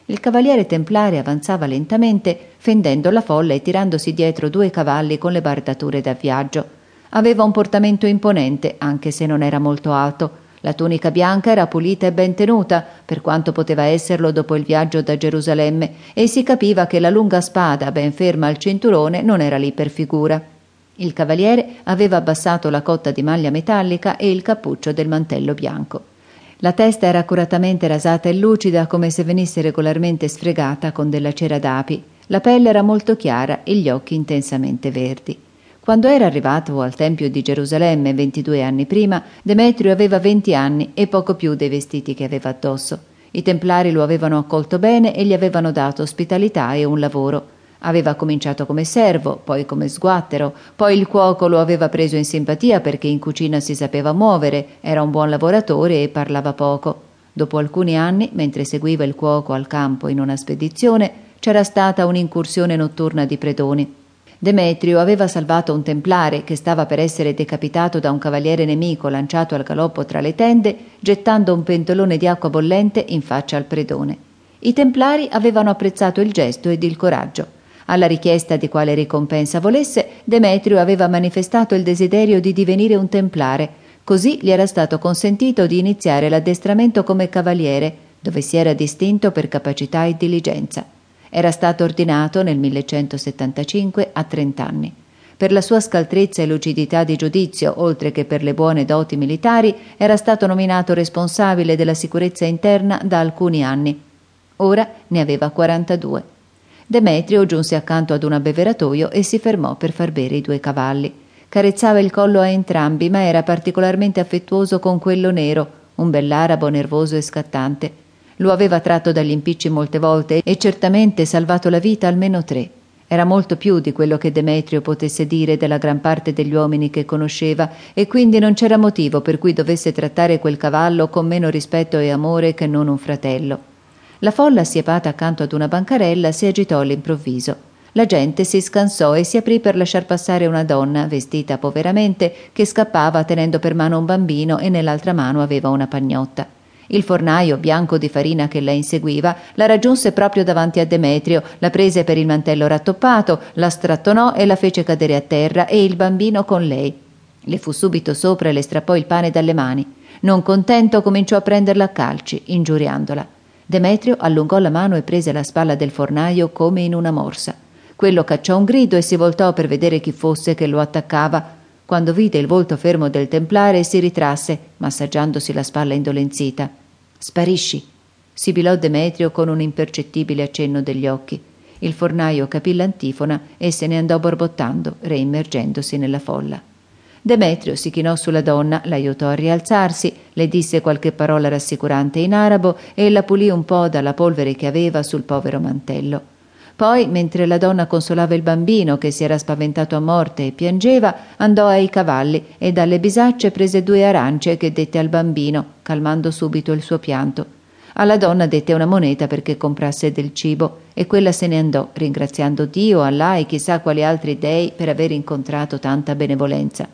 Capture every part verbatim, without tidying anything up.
Il cavaliere templare avanzava lentamente, fendendo la folla e tirandosi dietro due cavalli con le bardature da viaggio. Aveva un portamento imponente, anche se non era molto alto. La tunica bianca era pulita e ben tenuta, per quanto poteva esserlo dopo il viaggio da Gerusalemme, e si capiva che la lunga spada, ben ferma al cinturone, non era lì per figura. Il cavaliere aveva abbassato la cotta di maglia metallica e il cappuccio del mantello bianco. La testa era accuratamente rasata e lucida, come se venisse regolarmente sfregata con della cera d'api. La pelle era molto chiara e gli occhi intensamente verdi. Quando era arrivato al Tempio di Gerusalemme ventidue anni prima, Demetrio aveva venti anni e poco più dei vestiti che aveva addosso. I templari lo avevano accolto bene e gli avevano dato ospitalità e un lavoro. Aveva cominciato come servo, poi come sguattero, poi il cuoco lo aveva preso in simpatia perché in cucina si sapeva muovere, era un buon lavoratore e parlava poco. Dopo alcuni anni, mentre seguiva il cuoco al campo in una spedizione, c'era stata un'incursione notturna di predoni. Demetrio aveva salvato un templare che stava per essere decapitato da un cavaliere nemico lanciato al galoppo tra le tende, gettando un pentolone di acqua bollente in faccia al predone. I templari avevano apprezzato il gesto ed il coraggio. Alla richiesta di quale ricompensa volesse, Demetrio aveva manifestato il desiderio di divenire un templare. Così gli era stato consentito di iniziare l'addestramento come cavaliere, dove si era distinto per capacità e diligenza. Era stato ordinato nel millecentosettantacinque a trent'anni. Per la sua scaltrezza e lucidità di giudizio, oltre che per le buone doti militari, era stato nominato responsabile della sicurezza interna da alcuni anni. Ora ne aveva quarantadue. Demetrio giunse accanto ad un abbeveratoio e si fermò per far bere i due cavalli. Carezzava il collo a entrambi, ma era particolarmente affettuoso con quello nero, un bell'arabo nervoso e scattante. Lo aveva tratto dagli impicci molte volte e certamente salvato la vita almeno tre. Era molto più di quello che Demetrio potesse dire della gran parte degli uomini che conosceva, e quindi non c'era motivo per cui dovesse trattare quel cavallo con meno rispetto e amore che non un fratello. La folla assiepata accanto ad una bancarella si agitò all'improvviso. La gente si scansò e si aprì per lasciar passare una donna, vestita poveramente, che scappava tenendo per mano un bambino e nell'altra mano aveva una pagnotta. Il fornaio, bianco di farina che la inseguiva, la raggiunse proprio davanti a Demetrio, la prese per il mantello rattoppato, la strattonò e la fece cadere a terra e il bambino con lei. Le fu subito sopra e le strappò il pane dalle mani. Non contento, cominciò a prenderla a calci, ingiuriandola. Demetrio allungò la mano e prese la spalla del fornaio come in una morsa. Quello cacciò un grido e si voltò per vedere chi fosse che lo attaccava. Quando vide il volto fermo del templare si ritrasse, massaggiandosi la spalla indolenzita. «Sparisci!» sibilò Demetrio con un impercettibile accenno degli occhi. Il fornaio capì l'antifona e se ne andò borbottando, reimmergendosi nella folla. Demetrio si chinò sulla donna, l'aiutò a rialzarsi, le disse qualche parola rassicurante in arabo e la pulì un po' dalla polvere che aveva sul povero mantello. Poi, mentre la donna consolava il bambino che si era spaventato a morte e piangeva, andò ai cavalli e dalle bisacce prese due arance che dette al bambino, calmando subito il suo pianto. Alla donna dette una moneta perché comprasse del cibo e quella se ne andò, ringraziando Dio, Allah e chissà quali altri dei per aver incontrato tanta benevolenza.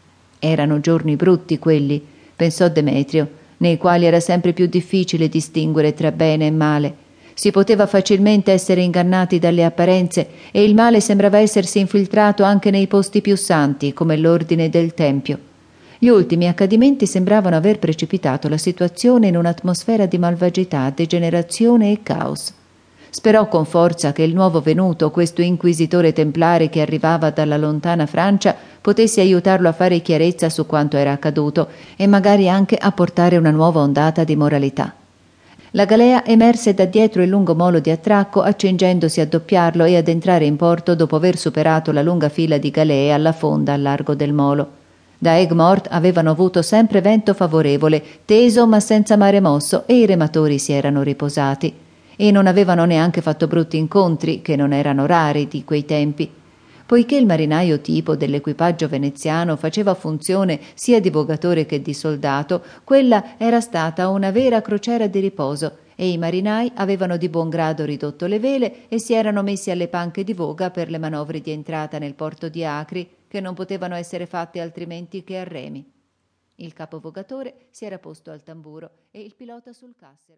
Erano giorni brutti quelli, pensò Demetrio, nei quali era sempre più difficile distinguere tra bene e male. Si poteva facilmente essere ingannati dalle apparenze e il male sembrava essersi infiltrato anche nei posti più santi, come l'ordine del Tempio. Gli ultimi accadimenti sembravano aver precipitato la situazione in un'atmosfera di malvagità, degenerazione e caos. Sperò con forza che il nuovo venuto, questo inquisitore templare che arrivava dalla lontana Francia, potesse aiutarlo a fare chiarezza su quanto era accaduto e magari anche a portare una nuova ondata di moralità. La galea emerse da dietro il lungo molo di attracco, accingendosi a doppiarlo e ad entrare in porto dopo aver superato la lunga fila di galee alla fonda al largo del molo. Da Aigues-Mortes avevano avuto sempre vento favorevole, teso ma senza mare mosso, e i rematori si erano riposati. E non avevano neanche fatto brutti incontri, che non erano rari di quei tempi. Poiché il marinaio tipo dell'equipaggio veneziano faceva funzione sia di vogatore che di soldato, quella era stata una vera crociera di riposo e i marinai avevano di buon grado ridotto le vele e si erano messi alle panche di voga per le manovre di entrata nel porto di Acri, che non potevano essere fatte altrimenti che a remi. Il capovogatore si era posto al tamburo e il pilota sul cassero.